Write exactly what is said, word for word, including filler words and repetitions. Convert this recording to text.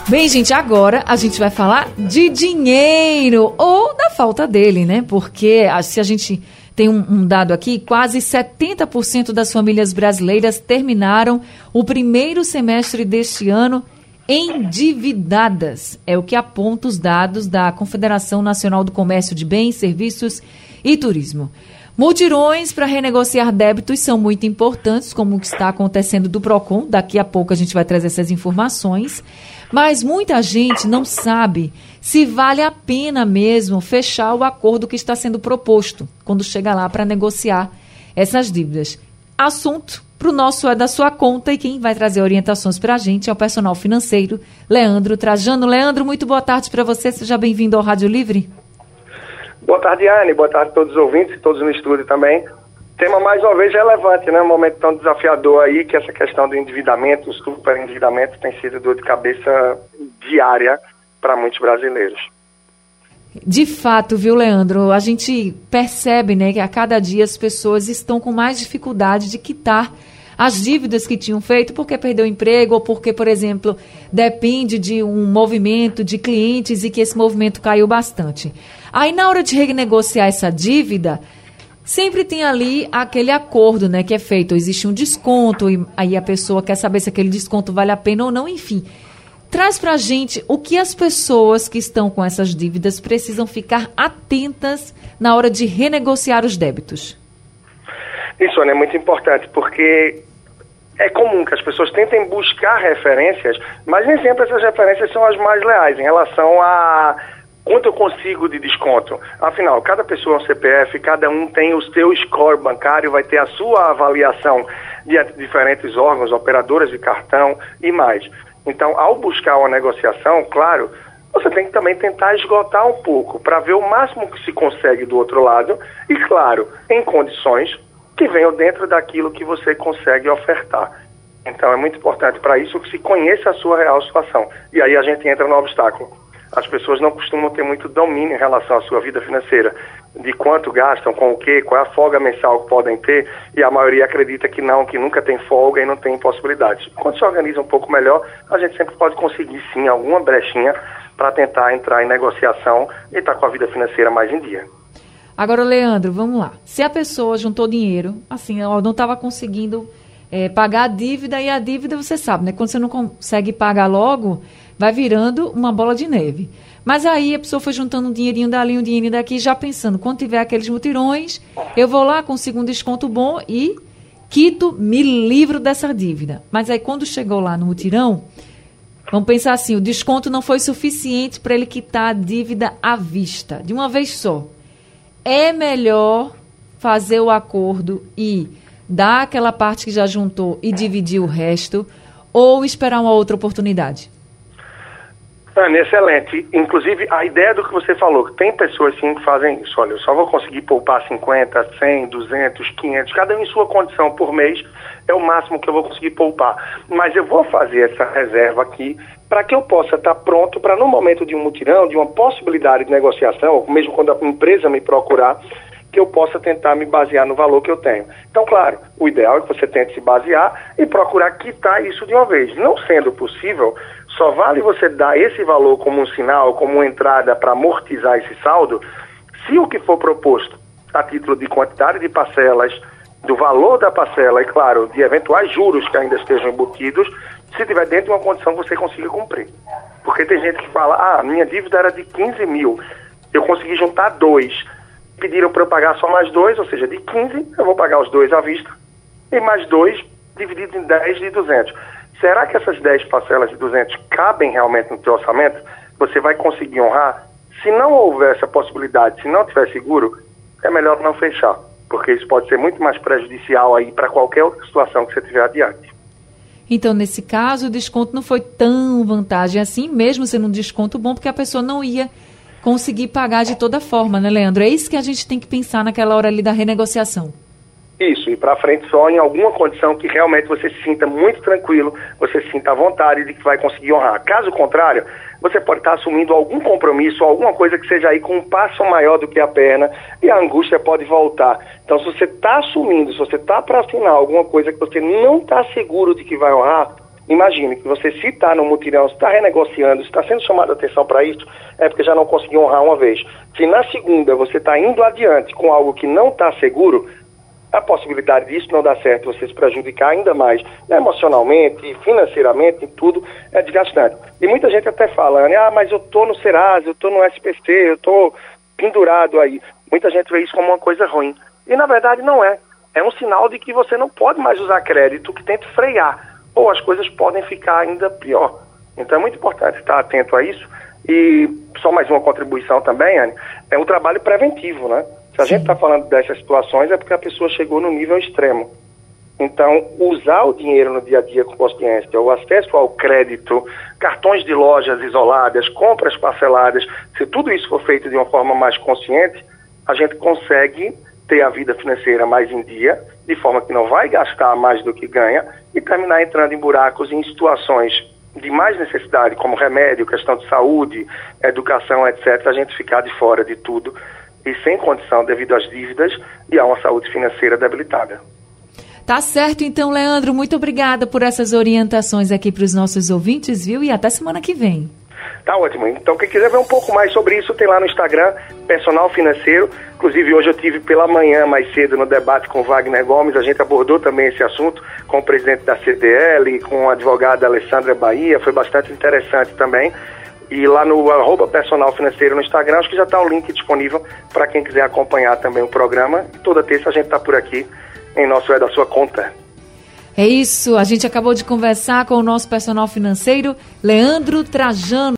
Bem, gente, agora a gente vai falar de dinheiro ou da falta dele, né? Porque se a gente tem um, um dado aqui, quase setenta por cento das famílias brasileiras terminaram o primeiro semestre deste ano endividadas. É o que aponta os dados da Confederação Nacional do Comércio de Bens, Serviços e Turismo. Mutirões para renegociar débitos são muito importantes, como o que está acontecendo do Procon. Daqui a pouco a gente vai trazer essas informações. Mas muita gente não sabe se vale a pena mesmo fechar o acordo que está sendo proposto quando chega lá para negociar essas dívidas. Assunto para o nosso É da Sua Conta, e quem vai trazer orientações para a gente é o personal financeiro, Leandro Trajano. Leandro, muito boa tarde para você. Seja bem-vindo ao Rádio Livre. Boa tarde, Anne. Boa tarde a todos os ouvintes e todos no estúdio também. Tema mais uma vez relevante, né? Um momento tão desafiador aí, que essa questão do endividamento, o superendividamento, tem sido dor de cabeça diária para muitos brasileiros. De fato, viu, Leandro? A gente percebe, né, que a cada dia as pessoas estão com mais dificuldade de quitar as dívidas que tinham feito, porque perdeu o emprego ou porque, por exemplo, depende de um movimento de clientes e que esse movimento caiu bastante. Aí, na hora de renegociar essa dívida, sempre tem ali aquele acordo, né, que é feito. Existe um desconto e aí a pessoa quer saber se aquele desconto vale a pena ou não, enfim. Traz pra gente o que as pessoas que estão com essas dívidas precisam ficar atentas na hora de renegociar os débitos. Isso, Ana, é muito importante, porque é comum que as pessoas tentem buscar referências, mas nem sempre essas referências são as mais leais em relação a quanto eu consigo de desconto. Afinal, cada pessoa é um C P F, cada um tem o seu score bancário, vai ter a sua avaliação diante de diferentes órgãos, operadoras de cartão e mais. Então, ao buscar uma negociação, claro, você tem que também tentar esgotar um pouco para ver o máximo que se consegue do outro lado e, claro, em condições que venham dentro daquilo que você consegue ofertar. Então, é muito importante para isso que se conheça a sua real situação. E aí a gente entra no obstáculo. As pessoas não costumam ter muito domínio em relação à sua vida financeira, de quanto gastam, com o quê, qual é a folga mensal que podem ter, e a maioria acredita que não, que nunca tem folga e não tem possibilidades. Quando se organiza um pouco melhor, a gente sempre pode conseguir, sim, alguma brechinha para tentar entrar em negociação e estar com a vida financeira mais em dia. Agora, Leandro, vamos lá. Se a pessoa juntou dinheiro, assim, ela não estava conseguindo é, pagar a dívida, e a dívida, você sabe, né? Quando você não consegue pagar logo, vai virando uma bola de neve. Mas aí a pessoa foi juntando um dinheirinho dali, um dinheirinho daqui, já pensando, quando tiver aqueles mutirões, eu vou lá, consigo um desconto bom e quito, me livro dessa dívida. Mas aí quando chegou lá no mutirão, vamos pensar assim, o desconto não foi suficiente para ele quitar a dívida à vista, de uma vez só. É melhor fazer o acordo e dar aquela parte que já juntou e dividir o resto, ou esperar uma outra oportunidade? Ana, excelente. Inclusive, a ideia do que você falou, que tem pessoas sim que fazem isso. Olha, eu só vou conseguir poupar cinquenta, cem, duzentos, quinhentos, cada um em sua condição por mês, é o máximo que eu vou conseguir poupar. Mas eu vou fazer essa reserva aqui para que eu possa estar pronto para, no momento de um mutirão, de uma possibilidade de negociação, ou mesmo quando a empresa me procurar, que eu possa tentar me basear no valor que eu tenho. Então, claro, o ideal é que você tente se basear e procurar quitar isso de uma vez. Não sendo possível, só vale você dar esse valor como um sinal, como uma entrada para amortizar esse saldo, se o que for proposto a título de quantidade de parcelas, do valor da parcela e, claro, de eventuais juros que ainda estejam embutidos, se tiver dentro de uma condição que você consiga cumprir. Porque tem gente que fala, ah, minha dívida era de quinze mil, eu consegui juntar dois, pediram para eu pagar só mais dois, ou seja, de quinze, eu vou pagar os dois à vista, e mais dois divididos em dez de duzentos. Será que essas dez parcelas de duzentos cabem realmente no teu orçamento? Você vai conseguir honrar? Se não houver essa possibilidade, se não tiver seguro, é melhor não fechar, porque isso pode ser muito mais prejudicial aí para qualquer outra situação que você tiver adiante. Então, nesse caso, o desconto não foi tão vantagem assim, mesmo sendo um desconto bom, porque a pessoa não ia conseguir pagar de toda forma, né, Leandro? É isso que a gente tem que pensar naquela hora ali da renegociação. Isso, e para frente só em alguma condição que realmente você se sinta muito tranquilo, você se sinta à vontade de que vai conseguir honrar. Caso contrário, você pode estar assumindo algum compromisso, alguma coisa que seja aí com um passo maior do que a perna, e a angústia pode voltar. Então, se você está assumindo, se você está para assinar alguma coisa que você não está seguro de que vai honrar, imagine que você, se está no mutirão, se está renegociando, se está sendo chamado a atenção para isso, é porque já não conseguiu honrar uma vez. Se na segunda você está indo adiante com algo que não está seguro, a possibilidade disso não dar certo, você se prejudicar ainda mais, né, emocionalmente, financeiramente, tudo, é desgastante. E muita gente até fala, né, ah, mas eu estou no Serasa, eu estou no S P C, eu estou pendurado aí. Muita gente vê isso como uma coisa ruim. E na verdade não é. É um sinal de que você não pode mais usar crédito, que tenta frear, ou as coisas podem ficar ainda pior. Então é muito importante estar atento a isso. E só mais uma contribuição também, Anne, é um trabalho preventivo, né? Se a gente está falando dessas situações é porque a pessoa chegou no nível extremo. Então, usar o dinheiro no dia a dia com consciência, o acesso ao crédito, cartões de lojas isoladas, compras parceladas, se tudo isso for feito de uma forma mais consciente, a gente consegue ter a vida financeira mais em dia, de forma que não vai gastar mais do que ganha e terminar entrando em buracos em situações de mais necessidade, como remédio, questão de saúde, educação, etcétera, a gente ficar de fora de tudo e sem condição devido às dívidas e a uma saúde financeira debilitada. Tá certo, então, Leandro, muito obrigada por essas orientações aqui para os nossos ouvintes, viu? E até semana que vem. Tá ótimo. Então, quem quiser ver um pouco mais sobre isso, tem lá no Instagram, Personal Financeiro. Inclusive, hoje eu tive pela manhã, mais cedo, no debate com Wagner Gomes, a gente abordou também esse assunto com o presidente da C D L, com a advogada Alessandra Bahia, foi bastante interessante também. E lá no arroba Personal Financeiro no Instagram, acho que já está o link disponível para quem quiser acompanhar também o programa. Toda terça a gente está por aqui em nosso É da Sua Conta. É isso, a gente acabou de conversar com o nosso personal financeiro, Leandro Trajano.